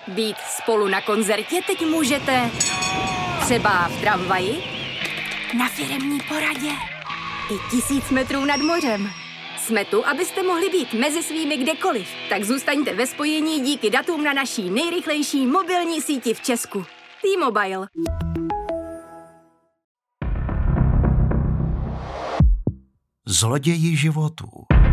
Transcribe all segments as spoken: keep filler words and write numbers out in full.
Být spolu na koncertě teď můžete třeba v tramvaji, na firemní poradě i tisíc metrů nad mořem. Jsme tu, abyste mohli být mezi svými kdekoliv. Tak zůstaňte ve spojení díky datům na naší nejrychlejší mobilní síti v Česku. T-Mobile. Zloději životů.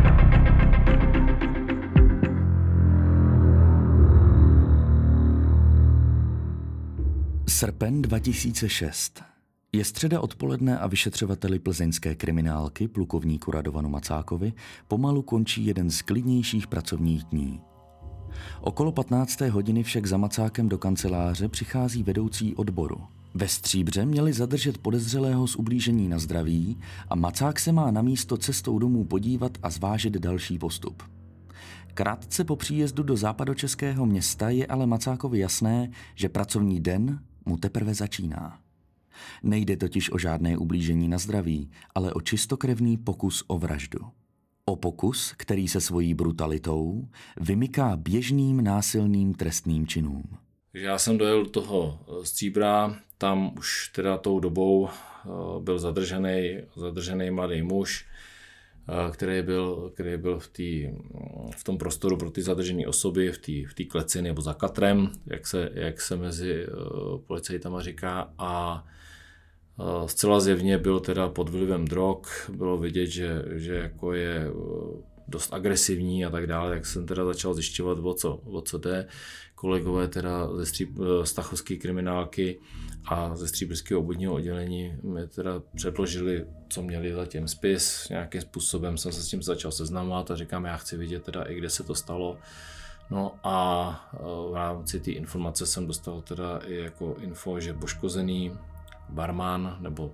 Srpen dva tisíce šest. Je středa odpoledne a vyšetřovateli plzeňské kriminálky plukovníku Radovanu Macákovi pomalu končí jeden z klidnějších pracovních dní. Okolo patnácté hodiny však za Macákem do kanceláře přichází vedoucí odboru. Ve Stříbře měli zadržet podezřelého z ublížení na zdraví a Macák se má na místo cestou domů podívat a zvážit další postup. Krátce po příjezdu do západočeského města je ale Macákovi jasné, že pracovní den mu teprve začíná. Nejde totiž o žádné ublížení na zdraví, ale o čistokrevný pokus o vraždu. O pokus, který se svojí brutalitou vymyká běžným násilným trestným činům. Já jsem dojel do toho Stříbra, tam už teda tou dobou byl zadržený, zadržený mladý muž, který byl, který byl v, tý, v tom prostoru pro ty zadržené osoby, v té v té kleci nebo za katrem, jak se, jak se mezi policajtama říká, a zcela zjevně byl teda pod vlivem drog, bylo vidět, že, že jako je dost agresivní a tak dále, tak jsem teda začal zjišťovat, o co, o co jde. Kolegové teda ze Stříb, stachovské kriminálky a ze stříbrského obvodního oddělení mi teda předložili, co měli zatím spis. Nějakým způsobem jsem se s tím začal seznamovat a říkám, já chci vidět teda i kde se to stalo. No a v rámci té informace jsem dostal teda i jako info, že poškozený barman nebo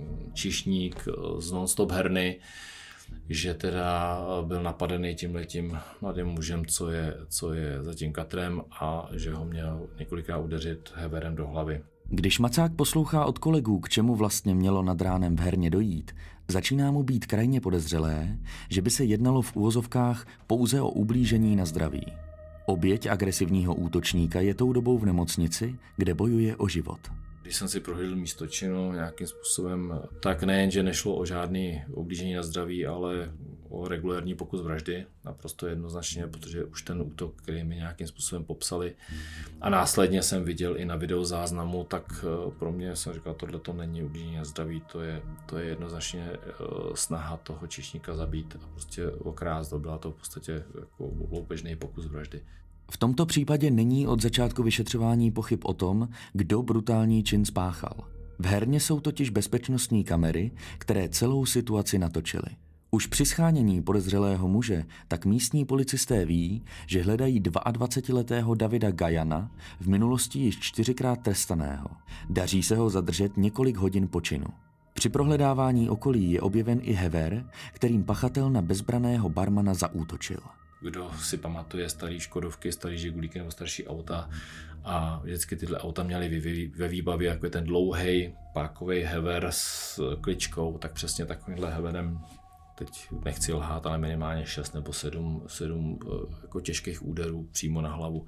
číšník z non-stop herny, že teda byl napadený tímhletím mladým mužem, co je, co je za tím katrem, a že ho měl několikrát udeřit heverem do hlavy. Když Macák poslouchá od kolegů, k čemu vlastně mělo nad ránem v herně dojít, začíná mu být krajně podezřelé, že by se jednalo v uvozovkách pouze o ublížení na zdraví. Oběť agresivního útočníka je tou dobou v nemocnici, kde bojuje o život. Když jsem si prohlídl místo činu nějakým způsobem, tak nejen, že nešlo o žádný ublížení na zdraví, ale o regulérní pokus vraždy, naprosto jednoznačně, protože už ten útok, který mi nějakým způsobem popsali a následně jsem viděl i na videozáznamu, tak pro mě jsem říkal, tohle to není ublížení na zdraví, to je, to je jednoznačně snaha toho číšníka zabít a prostě okrást, byla to v podstatě jako loupežný pokus vraždy. V tomto případě není od začátku vyšetřování pochyb o tom, kdo brutální čin spáchal. V herně jsou totiž bezpečnostní kamery, které celou situaci natočily. Už při shánění podezřelého muže tak místní policisté ví, že hledají dvaadvacetiletého Davida Gajana, v minulosti již čtyřikrát trestaného. Daří se ho zadržet několik hodin po činu. Při prohledávání okolí je objeven i hever, kterým pachatel na bezbraného barmana zaútočil. Kdo si pamatuje starý Škodovky, starý Žigulíky nebo starší auta, a vždycky tyhle auta měly ve výbavě jako je ten dlouhý pákový hever s kličkou, tak přesně takovýmhle heverem, teď nechci lhát, ale minimálně šest nebo sedm, sedm jako těžkých úderů přímo na hlavu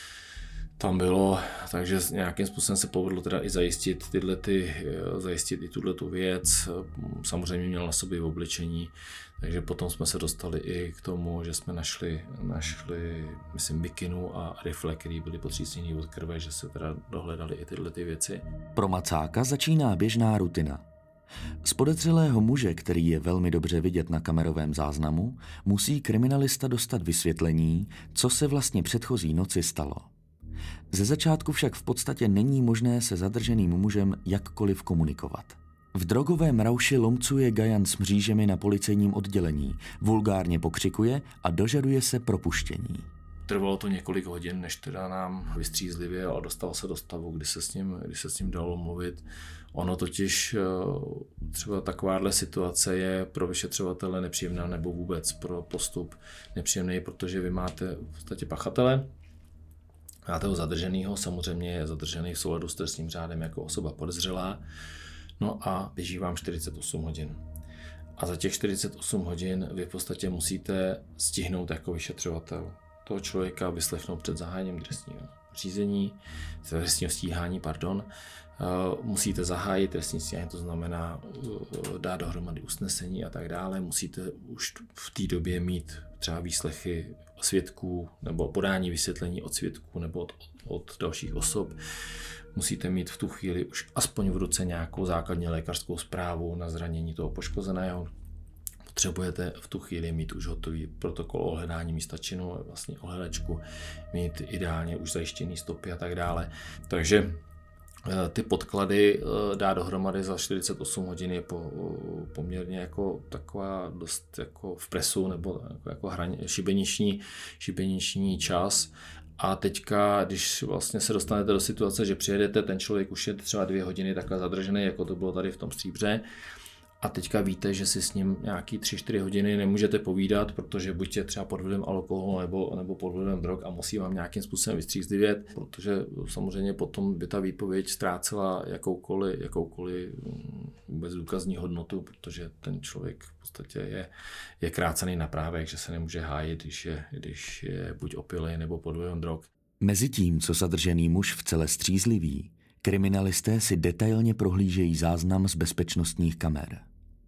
tam bylo, takže nějakým způsobem se povedlo teda i zajistit tyhle ty, zajistit i tuhletu věc. Samozřejmě měl na sobě oblečení, takže potom jsme se dostali i k tomu, že jsme našli, našli myslím, mikinu a rifle, které byly potřísněny od krve, že se teda dohledali i tyhle ty věci. Pro Macáka začíná běžná rutina. Z podezřelého muže, který je velmi dobře vidět na kamerovém záznamu, musí kriminalista dostat vysvětlení, co se vlastně předchozí noci stalo. Ze začátku však v podstatě není možné se zadrženým mužem jakkoliv komunikovat. V drogovém rauši lomcuje Gajan s mřížemi na policejním oddělení, vulgárně pokřikuje a dožaduje se propuštění. Trvalo to několik hodin, než teda nám vystřízlivě a dostal se do stavu, kdy se s ním, kdy se s ním dalo mluvit. Ono totiž třeba takováhle situace je pro vyšetřovatele nepříjemná nebo vůbec pro postup nepříjemný, protože vy máte v podstatě pachatele, máte ho zadrženýho, samozřejmě je zadržený v souladu s trestním řádem jako osoba podezřelá, no a běží vám čtyřicet osm hodin. A za těch čtyřicet osm hodin vy v podstatě musíte stihnout jako vyšetřovatel toho člověka vyslechnout před zahájením trestního řízení, trestního stíhání, pardon, musíte zahájit trestní stíhání, to znamená dát dohromady usnesení a tak dále. Musíte už v té době mít třeba výslechy svědků nebo podání vysvětlení od svědků nebo od, od dalších osob. Musíte mít v tu chvíli už aspoň v ruce nějakou základní lékařskou zprávu na zranění toho poškozeného. Potřebujete v tu chvíli mít už hotový protokol o hledání místa činu, vlastně ohledačku, mít ideálně už zajištěný stopy a tak dále. Takže ty podklady dá dohromady za čtyřicet osm hodin je po, poměrně jako taková dost jako v presu nebo jako, jako hraň, šibeniční, šibeniční čas. A teďka, když vlastně se dostanete do situace, že přijedete, ten člověk už je třeba dvě hodiny takhle zadržený, jako to bylo tady v tom Stříbře, a teďka víte, že si s ním nějaký tři čtyři hodiny nemůžete povídat, protože buď je třeba pod vlivem alkoholu nebo, nebo pod vlivem drog a musí vám nějakým způsobem vystřízlivět, protože samozřejmě potom by ta výpověď ztrácela jakoukoliv, jakoukoliv vůbec důkazní hodnotu, protože ten člověk v podstatě je, je krácený na právech, že se nemůže hájit, když je, když je buď opilý nebo pod vlivem drog. Mezitím, co zadržený muž v cele střízlivý, kriminalisté si detailně prohlížejí záznam z bezpečnostních kamer.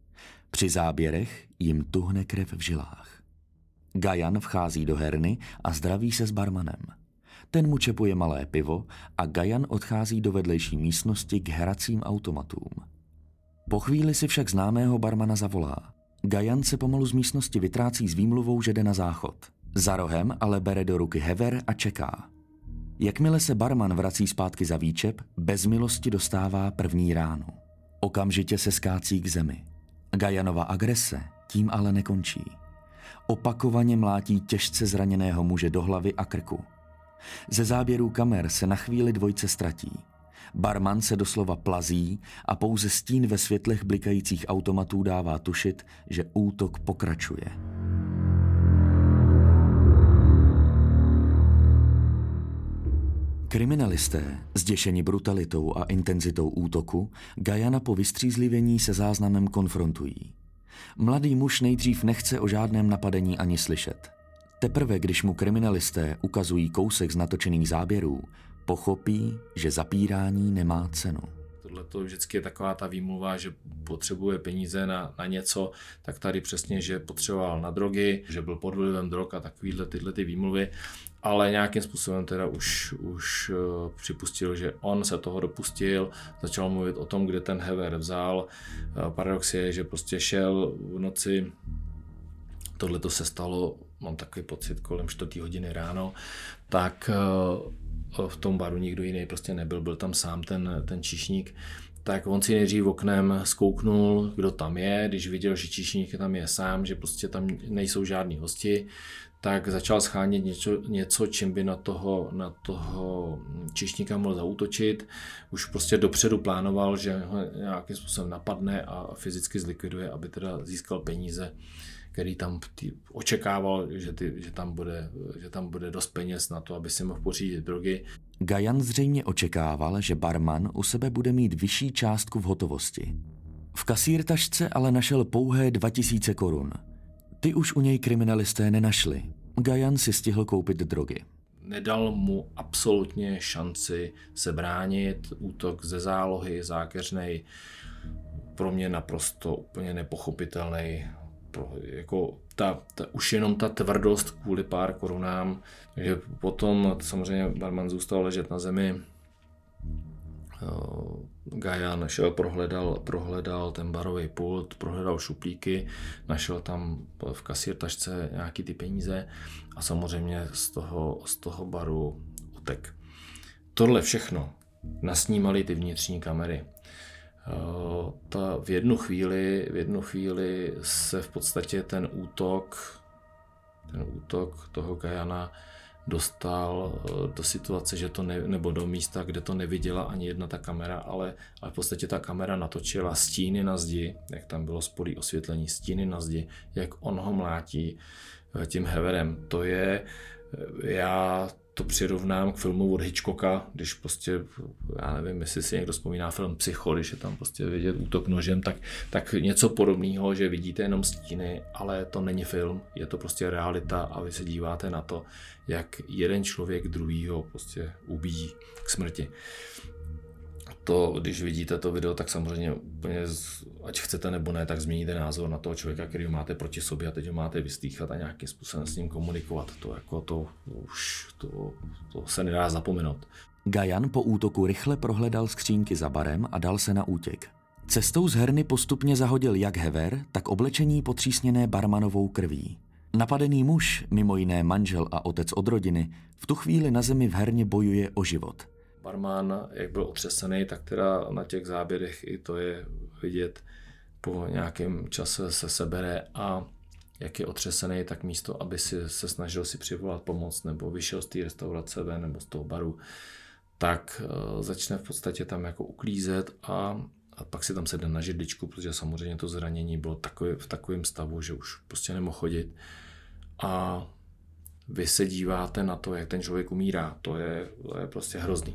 Při záběrech jim tuhne krev v žilách. Gajan vchází do herny a zdraví se s barmanem. Ten mu čepuje malé pivo a Gajan odchází do vedlejší místnosti k hracím automatům. Po chvíli si však známého barmana zavolá. Gajan se pomalu z místnosti vytrácí s výmluvou, že jde na záchod. Za rohem ale bere do ruky hever a čeká. Jakmile se barman vrací zpátky za výčep, bez milosti dostává první ránu. Okamžitě se skácí k zemi. Gajanova agrese tím ale nekončí. Opakovaně mlátí těžce zraněného muže do hlavy a krku. Ze záběrů kamer se na chvíli dvojce ztratí. Barman se doslova plazí a pouze stín ve světlech blikajících automatů dává tušit, že útok pokračuje. Kriminalisté, zděšeni brutalitou a intenzitou útoku, Gajana po vystřízlivění se záznamem konfrontují. Mladý muž nejdřív nechce o žádném napadení ani slyšet. Teprve když mu kriminalisté ukazují kousek z natočených záběrů, pochopí, že zapírání nemá cenu. Tohle to vždycky je taková ta výmluva, že potřebuje peníze na, na něco, tak tady přesně, že potřeboval na drogy, že byl pod vlivem drog a takovýhle tyhle ty výmluvy, ale nějakým způsobem teda už, už uh, připustil, že on se toho dopustil, začal mluvit o tom, kde ten hever vzal. Uh, paradox je, že prostě šel v noci, tohle to se stalo, mám takový pocit, kolem čtvrtý hodiny ráno, tak uh, v tom baru nikdo jiný prostě nebyl, byl tam sám ten, ten číšník, tak on si nejdřív oknem zkouknul, kdo tam je, když viděl, že číšník tam je sám, že prostě tam nejsou žádní hosti, tak začal schánět něco, něco čím by na toho, na toho číšníka mohl zaútočit. Už prostě dopředu plánoval, že ho nějakým způsobem napadne a fyzicky zlikviduje, aby teda získal peníze, který tam tý, očekával, že, ty, že, tam bude, že tam bude dost peněz na to, aby si mohl pořídit drogy. Gajan zřejmě očekával, že barman u sebe bude mít vyšší částku v hotovosti. V kasírtašce ale našel pouhé dva tisíce korun. Ty už u něj kriminalisté nenašli. Gajan si stihl koupit drogy. Nedal mu absolutně šanci se bránit, útok ze zálohy, zákeřnej, pro mě naprosto úplně nepochopitelný. Pro, jako ta, ta, už jenom ta tvrdost kvůli pár korunám, takže potom samozřejmě barman zůstal ležet na zemi. Gajan šel, prohledal, prohledal ten barový pult, prohledal šuplíky, našel tam v kasírtašce nějaký ty peníze a samozřejmě z toho, z toho baru utek. Tohle všechno nasnímaly ty vnitřní kamery. Ta v jednu chvíli, v jednu chvíli se v podstatě ten útok, ten útok toho Gajana dostal do situace, že to ne, nebo do místa, kde to neviděla ani jedna ta kamera, ale, ale v podstatě ta kamera natočila stíny na zdi, jak tam bylo spolí osvětlení, stíny na zdi, jak on ho mlátí tím heverem. To je, já to přirovnám k filmu od Hitchcocka, když prostě, já nevím, jestli si někdo vzpomíná film Psycho, když je tam prostě vidět útok nožem, tak, tak něco podobného, že vidíte jenom stíny, ale to není film, je to prostě realita a vy se díváte na to, jak jeden člověk druhýho prostě ubíjí k smrti. To, když vidíte to video, tak samozřejmě úplně, ať chcete nebo ne, tak změníte názor na toho člověka, který ho máte proti sobě a teď ho máte vyslýchat a nějakým způsobem s ním komunikovat. To, jako to, už, to, to se nedá zapomenout. Gajan po útoku rychle prohledal skřínky za barem a dal se na útěk. Cestou z herny postupně zahodil jak hever, tak oblečení potřísněné barmanovou krví. Napadený muž, mimo jiné manžel a otec od rodiny, v tu chvíli na zemi v herně bojuje o život. Barman, jak byl otřesený, tak teda na těch záběrech i to je vidět, po nějakém čase se sebere a jak je otřesený, tak místo, aby si se snažil si přivolat pomoc nebo vyšel z té restaurace ven nebo z toho baru, tak uh, začne v podstatě tam jako uklízet a, a pak si tam sedne na židličku, protože samozřejmě to zranění bylo takové, v takovém stavu, že už prostě nemohl chodit. A vy se díváte na to, jak ten člověk umírá. To je, to je prostě hrozný.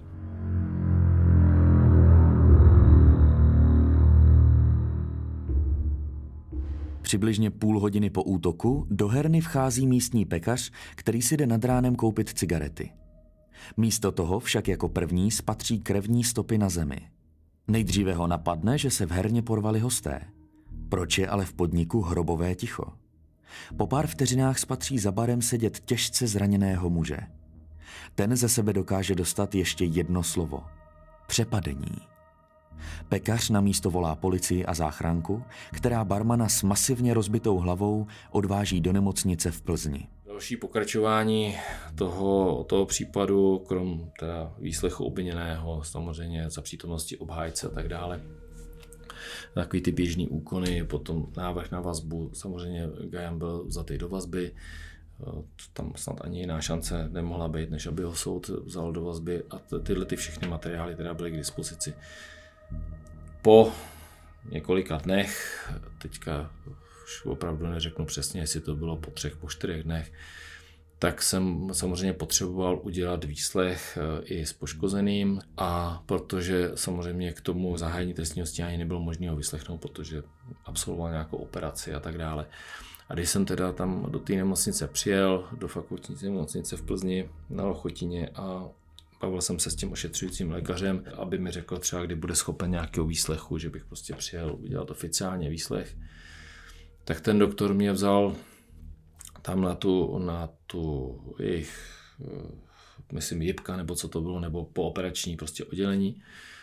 Přibližně půl hodiny po útoku do herny vchází místní pekař, který si jde nad ránem koupit cigarety. Místo toho však jako první spatří krevní stopy na zemi. Nejdříve ho napadne, že se v herně porvali hosté. Proč je ale v podniku hrobové ticho? Po pár vteřinách spatří za barem sedět těžce zraněného muže. Ten ze sebe dokáže dostat ještě jedno slovo. Přepadení. Pekař na místo volá policii a záchranku, která barmana s masivně rozbitou hlavou odváží do nemocnice v Plzni. Další pokračování toho, toho případu, krom teda výslechu obviněného, samozřejmě za přítomnosti obhájce a tak dále. Takový ty běžný úkony, potom návrh na vazbu, samozřejmě Gajan byl vzatý do vazby, tam snad ani jiná šance nemohla být, než aby ho soud vzal do vazby a tyhle ty všechny materiály teda byly k dispozici. Po několika dnech, teďka už opravdu neřeknu přesně, jestli to bylo po třech, po čtyřech dnech, tak jsem samozřejmě potřeboval udělat výslech i s poškozeným a protože samozřejmě k tomu zahájení trestního stíhání nebylo možné ho vyslechnout, protože absolvoval nějakou operaci a tak dále. A když jsem teda tam do té nemocnice přijel, do fakultní nemocnice v Plzni na Lochotině a bavil jsem se s tím ošetřujícím lékařem, aby mi řekl třeba, kdy bude schopen nějakého výslechu, že bych prostě přijel udělat oficiálně výslech, tak ten doktor mě vzal tam na tu, na tu jejich, myslím, jipka, nebo co to bylo, nebo pooperační prostě oddělení.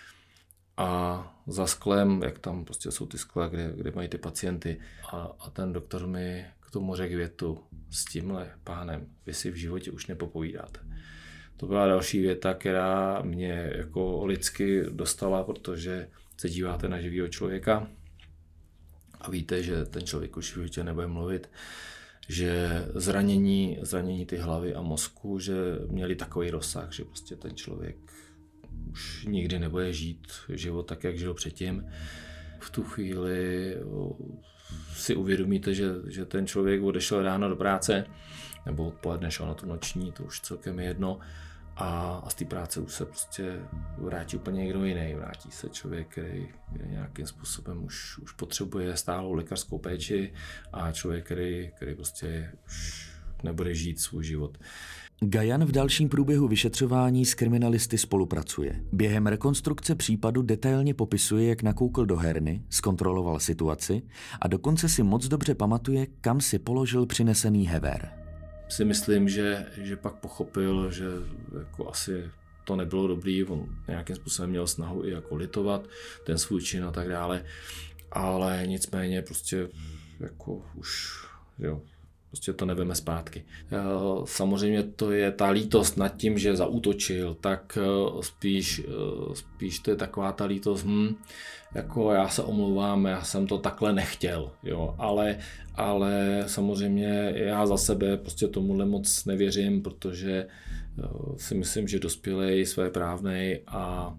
A za sklem, jak tam prostě jsou ty skla, kde, kde mají ty pacienty, a, a ten doktor mi k tomu řekl větu: s tímhle pánem vy si v životě už nepopovídáte. To byla další věta, která mě jako lidsky dostala, protože se díváte na živýho člověka a víte, že ten člověk už v životě nebude mluvit, že zranění, zranění ty hlavy a mozku, že měli takový rozsah, že prostě ten člověk už nikdy nebude žít život tak, jak žil předtím. V tu chvíli si uvědomíte, že, že ten člověk odešel ráno do práce, nebo odpoledne šel na tu noční, to už celkem je jedno, a, a z té práce už se prostě vrátí úplně někdo jiný. Vrátí se člověk, který nějakým způsobem už, už potřebuje stálou lékařskou péči a člověk, který, který prostě už nebude žít svůj život. Gajan v dalším průběhu vyšetřování s kriminalisty spolupracuje. Během rekonstrukce případu detailně popisuje, jak nakoukl do herny, zkontroloval situaci a dokonce si moc dobře pamatuje, kam si položil přinesený hever. Si myslím, že, že pak pochopil, že jako asi to nebylo dobrý, on nějakým způsobem měl snahu i jako litovat ten svůj čin a tak dále, ale nicméně prostě jako už, jo, prostě to neveme zpátky. Samozřejmě to je ta lítost nad tím, že zaútočil, tak spíš, spíš to je taková ta lítost, hm, jako já se omlouvám, já jsem to takhle nechtěl, jo, ale, ale samozřejmě já za sebe prostě tomuhle moc nevěřím, protože si myslím, že dospělej, svéprávnej a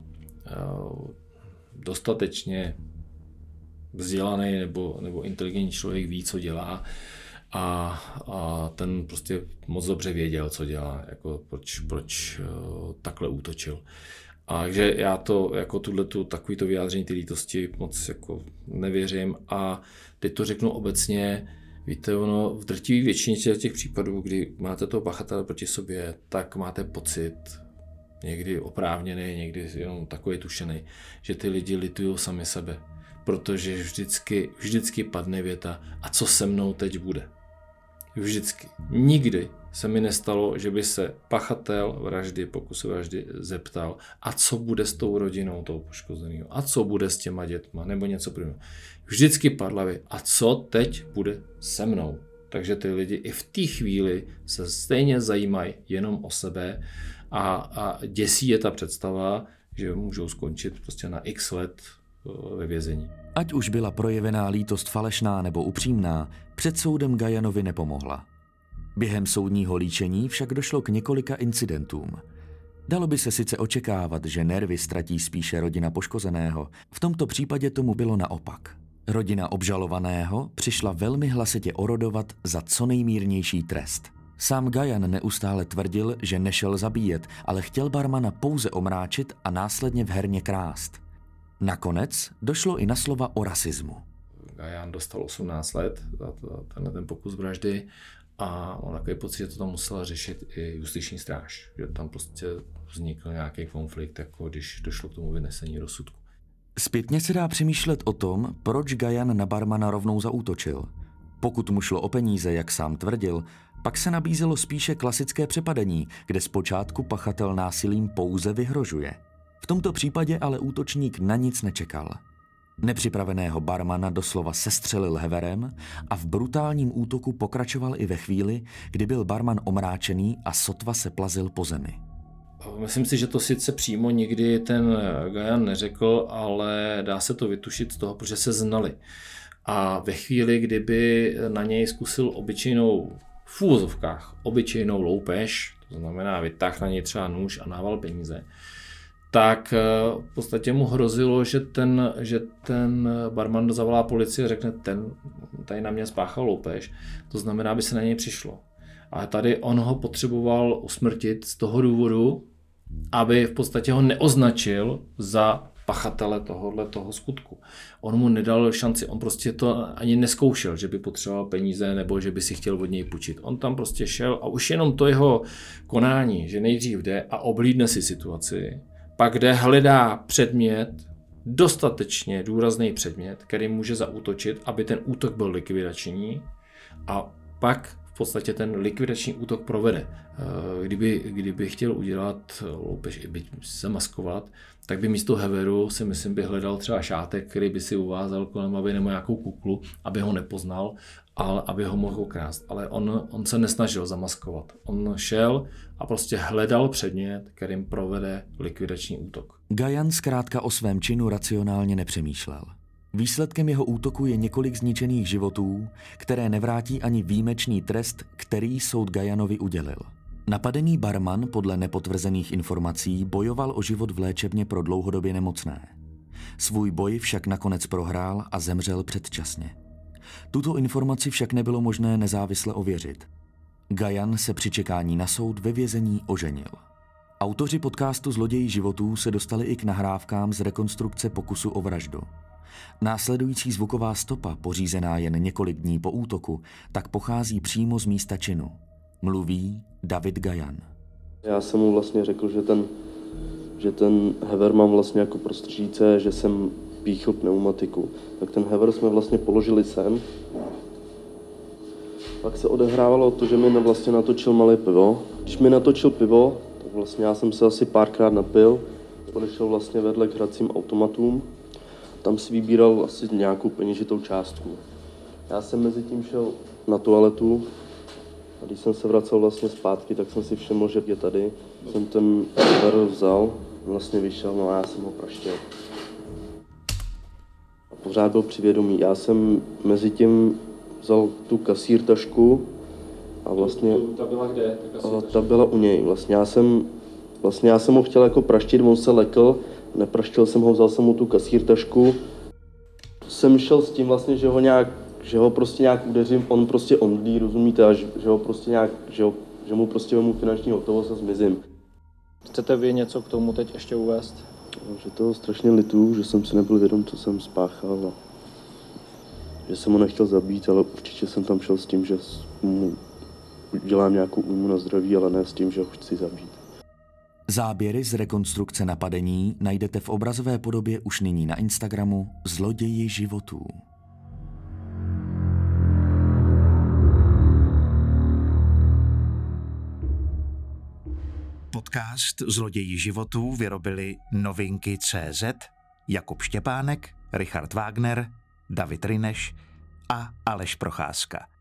dostatečně vzdělaný nebo, nebo inteligentní člověk ví, co dělá. a, a ten prostě moc dobře věděl, co dělá, jako proč, proč takhle útočil. A takže já to, jako tuhletu, takovýto vyjádření ty lítosti moc jako nevěřím a teď to řeknu obecně, víte, ono v drtivé většině těch případů, kdy máte toho pachatele proti sobě, tak máte pocit, někdy oprávněný, někdy jenom takový tušený, že ty lidi litují sami sebe, protože vždycky, vždycky padne věta, a co se mnou teď bude? Vždycky. Nikdy se mi nestalo, že by se pachatel vraždy, pokusu vraždy zeptal, a co bude s tou rodinou toho poškozeného, a co bude s těma dětma, nebo něco podobného. Vždycky padla věta, a co teď bude se mnou? Takže ty lidi i v té chvíli se stejně zajímají jenom o sebe a, a děsí je ta představa, že můžou skončit prostě na x let ve vězení. Ať už byla projevená lítost falešná nebo upřímná, před soudem Gajanovi nepomohla. Během soudního líčení však došlo k několika incidentům. Dalo by se sice očekávat, že nervy ztratí spíše rodina poškozeného, v tomto případě tomu bylo naopak. Rodina obžalovaného přišla velmi hlasitě orodovat za co nejmírnější trest. Sám Gajan neustále tvrdil, že nešel zabíjet, ale chtěl barmana pouze omráčit a následně v herně krást. Nakonec došlo i na slova o rasismu. Gajan dostal osmnáct let za tenhle ten pokus vraždy a on takový pocit, že to tam musela řešit i justiční stráž. Že tam prostě vznikl nějaký konflikt, jako když došlo k tomu vynesení rozsudku. Zpětně se dá přemýšlet o tom, proč Gajan na barmana rovnou zaútočil. Pokud mu šlo o peníze, jak sám tvrdil, pak se nabízelo spíše klasické přepadení, kde zpočátku pachatel násilím pouze vyhrožuje. V tomto případě ale útočník na nic nečekal. Nepřipraveného barmana doslova sestřelil heverem a v brutálním útoku pokračoval i ve chvíli, kdy byl barman omráčený a sotva se plazil po zemi. Myslím si, že to sice přímo nikdy ten Gajan neřekl, ale dá se to vytušit z toho, protože se znali. A ve chvíli, kdyby na něj zkusil obyčejnou, v úvozovkách, obyčejnou loupež, to znamená vytáhl na něj třeba nůž a nával peníze, tak v podstatě mu hrozilo, že ten, že ten barman zavolá policii a řekne, ten tady na mě spáchal loupež, to znamená, aby se na něj přišlo. Ale tady on ho potřeboval usmrtit z toho důvodu, aby v podstatě ho neoznačil za pachatele tohohle toho skutku. On mu nedal šanci, on prostě to ani neskoušel, že by potřeboval peníze nebo že by si chtěl od něj půjčit. On tam prostě šel a už jenom to jeho konání, že nejdřív jde a oblídne si situaci, pak jde, hledá předmět, dostatečně důrazný předmět, který může zaútočit, aby ten útok byl likvidační a pak v podstatě ten likvidační útok provede. Kdyby, kdyby chtěl udělat loupež, byť se maskovat, tak by místo heveru si myslím by hledal třeba šátek, který by si uvázal kolem, aby nebo nějakou kuklu, aby ho nepoznal, ale aby ho mohl krást. Ale on, on se nesnažil zamaskovat. On šel a prostě hledal předmět, kterým provede likvidační útok. Gajan zkrátka o svém činu racionálně nepřemýšlel. Výsledkem jeho útoku je několik zničených životů, které nevrátí ani výjimečný trest, který soud Gajanovi udělil. Napadený barman podle nepotvrzených informací bojoval o život v léčebně pro dlouhodobě nemocné. Svůj boj však nakonec prohrál a zemřel předčasně. Tuto informaci však nebylo možné nezávisle ověřit. Gajan se při čekání na soud ve vězení oženil. Autoři podcastu Zloději životů se dostali i k nahrávkám z rekonstrukce pokusu o vraždu. Následující zvuková stopa, pořízená jen několik dní po útoku, tak pochází přímo z místa činu. Mluví David Gajan. Já jsem mu vlastně řekl, že ten, že ten hever mám vlastně jako prostříce, že jsem píchl pneumatiku. Tak ten hever jsme vlastně položili sem. Pak se odehrávalo to, že mi vlastně natočil malé pivo. Když mi natočil pivo, tak vlastně já jsem se asi párkrát napil. Odešel vlastně vedle k hracím automatům. Tam si vybíral asi nějakou peněžitou částku. Já jsem mezi tím šel na toaletu a když jsem se vracel vlastně zpátky, tak jsem si všiml, že je tady. Jsem ten hever vzal, vlastně vyšel, no a já jsem ho praštěl. A pořád byl při vědomí. Já jsem mezi tím vzal tu kasírtašku a vlastně... Ta byla kde? Ta, ta byla u něj. Vlastně já jsem, vlastně já jsem ho chtěl jako praštit, on se lekl, nepraštil jsem ho, vzal jsem mu tu kasírtašku. Jsem šel s tím vlastně, že ho nějak že ho prostě nějak udeřím, on prostě omdlí, rozumíte, a že, že ho prostě nějak, že, ho, že mu prostě vemu finanční hotovost a zmizím. Chcete vy něco k tomu teď ještě uvést? No, že toho strašně lituju, že jsem si nebyl vědom, co jsem spáchal a že jsem ho nechtěl zabít, ale určitě jsem tam šel s tím, že mu udělám nějakou újmu na zdraví, ale ne s tím, že ho chci zabít. Záběry z rekonstrukce napadení najdete v obrazové podobě už nyní na Instagramu Zloději životů. Podcast Zloději životů vyrobili Novinky tečka cé zet, Jakub Štěpánek, Richard Wagner, David Ryneš a Aleš Procházka.